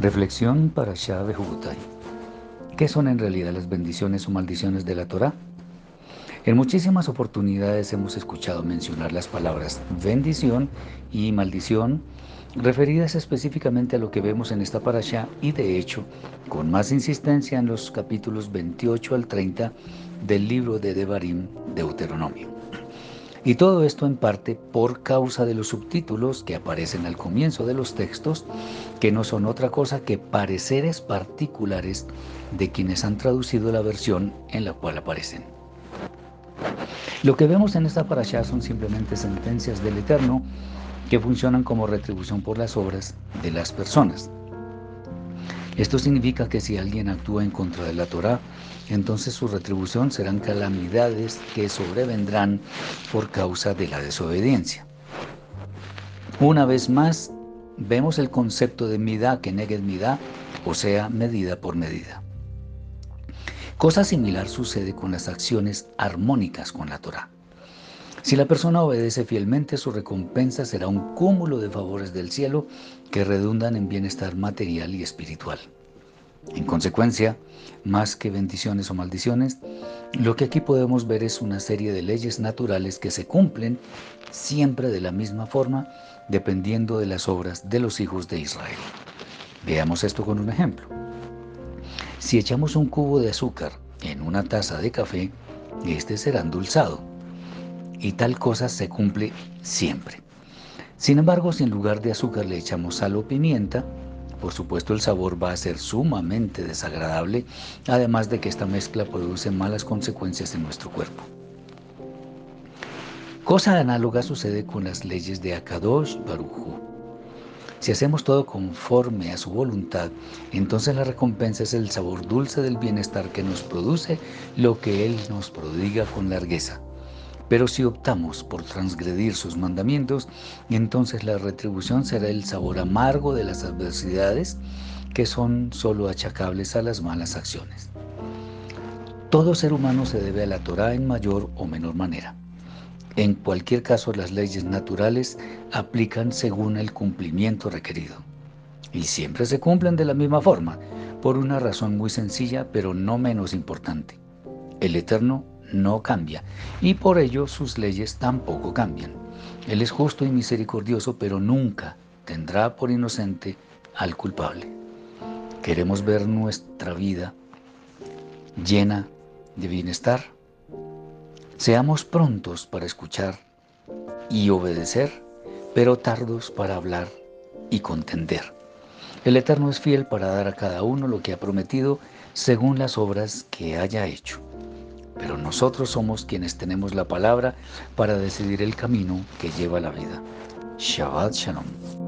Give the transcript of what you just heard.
Reflexión para Shah Behutai. ¿Qué son en realidad las bendiciones o maldiciones de la Torá? En muchísimas oportunidades hemos escuchado mencionar las palabras bendición y maldición, referidas específicamente a lo que vemos en esta parashá y de hecho con más insistencia en los capítulos 28 al 30 del libro de Devarim, Deuteronomio. Y todo esto en parte por causa de los subtítulos que aparecen al comienzo de los textos, que no son otra cosa que pareceres particulares de quienes han traducido la versión en la cual aparecen. Lo que vemos en esta parashá son simplemente sentencias del Eterno que funcionan como retribución por las obras de las personas. Esto significa que si alguien actúa en contra de la Torá, entonces su retribución serán calamidades que sobrevendrán por causa de la desobediencia. Una vez más, vemos el concepto de midá keneged midá, o sea, medida por medida. Cosa similar sucede con las acciones armónicas con la Torá. Si la persona obedece fielmente, su recompensa será un cúmulo de favores del cielo que redundan en bienestar material y espiritual. En consecuencia, más que bendiciones o maldiciones, lo que aquí podemos ver es una serie de leyes naturales que se cumplen siempre de la misma forma, dependiendo de las obras de los hijos de Israel. Veamos esto con un ejemplo. Si echamos un cubo de azúcar en una taza de café, este será endulzado, y tal cosa se cumple siempre. Sin embargo, si en lugar de azúcar le echamos sal o pimienta, por supuesto el sabor va a ser sumamente desagradable, además de que esta mezcla produce malas consecuencias en nuestro cuerpo. Cosa análoga sucede con las leyes de Akadosh Baruj Hu. Si hacemos todo conforme a su voluntad, entonces la recompensa es el sabor dulce del bienestar que nos produce lo que Él nos prodiga con largueza. Pero si optamos por transgredir sus mandamientos, entonces la retribución será el sabor amargo de las adversidades que son solo achacables a las malas acciones. Todo ser humano se debe a la Torá en mayor o menor manera. En cualquier caso, las leyes naturales aplican según el cumplimiento requerido. Y siempre se cumplen de la misma forma, por una razón muy sencilla, pero no menos importante. El Eterno no cambia, y por ello sus leyes tampoco cambian. Él es justo y misericordioso, pero nunca tendrá por inocente al culpable. ¿Queremos ver nuestra vida llena de bienestar? Seamos prontos para escuchar y obedecer, pero tardos para hablar y contender. El Eterno es fiel para dar a cada uno lo que ha prometido según las obras que haya hecho. Pero nosotros somos quienes tenemos la palabra para decidir el camino que lleva a la vida. Shabbat Shalom.